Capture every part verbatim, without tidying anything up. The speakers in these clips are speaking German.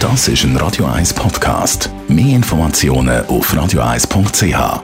Das ist ein Radio eins Podcast. Mehr Informationen auf radio eins punkt c h.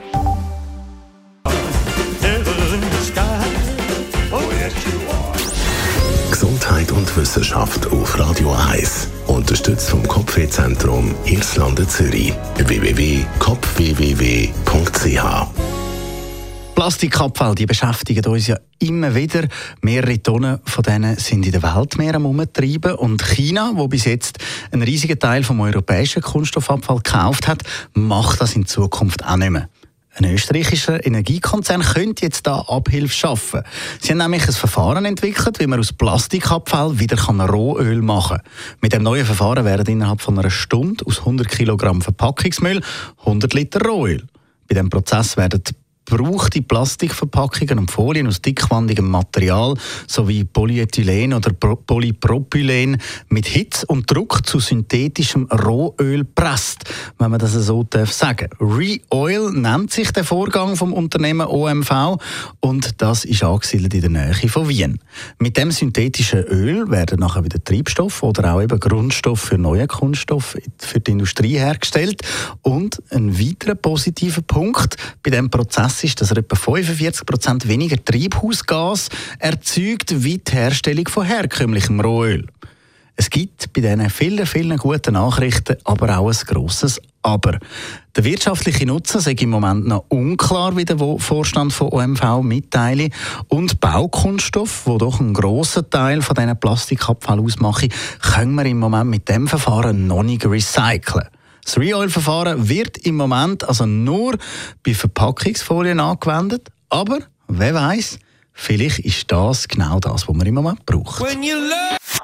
Gesundheit und Wissenschaft auf Radio eins. Unterstützt vom Kopfwehzentrum Irlande Zürich. w w w punkt kopf w w w punkt c h. Plastikabfälle, die beschäftigen uns ja immer wieder. Mehrere Tonnen von denen sind in der Weltmeer herumgetrieben. Und China, wo bis jetzt einen riesigen Teil vom europäischen Kunststoffabfall gekauft hat, macht das in Zukunft auch nicht mehr. Ein österreichischer Energiekonzern könnte jetzt da Abhilfe schaffen. Sie haben nämlich ein Verfahren entwickelt, wie man aus Plastikabfall wieder Rohöl machen kann. Mit dem neuen Verfahren werden innerhalb von einer Stunde aus hundert Kilogramm Verpackungsmüll hundert Liter Rohöl. Bei diesem Prozess werden gebrauchte Plastikverpackungen und Folien aus dickwandigem Material sowie Polyethylen oder Polypropylen mit Hitze und Druck zu synthetischem Rohöl presst, wenn man das so darf sagen. ReOil nennt sich der Vorgang vom Unternehmen O M V und das ist angesiedelt in der Nähe von Wien. Mit dem synthetischen Öl werden nachher wieder Treibstoff oder auch eben Grundstoff für neue Kunststoffe für die Industrie hergestellt. Und ein weiterer positiver Punkt bei diesem Prozess ist, dass er etwa fünfundvierzig Prozent weniger Treibhausgas erzeugt wie die Herstellung von herkömmlichem Rohöl. Es gibt bei diesen vielen, vielen guten Nachrichten aber auch ein grosses Aber. Der wirtschaftliche Nutzen ist im Moment noch unklar, wie der Vorstand von O M V mitteilt. Und Baukunststoff, wo doch einen grossen Teil von diesen Plastikabfällen ausmachen, können wir im Moment mit diesem Verfahren noch nicht recyceln. Das ReOil-Verfahren wird im Moment also nur bei Verpackungsfolien angewendet, aber wer weiß, vielleicht ist das genau das, was man im Moment braucht.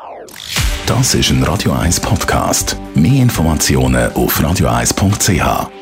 Das ist ein Radio eins Podcast. Mehr Informationen auf radio eins punkt c h.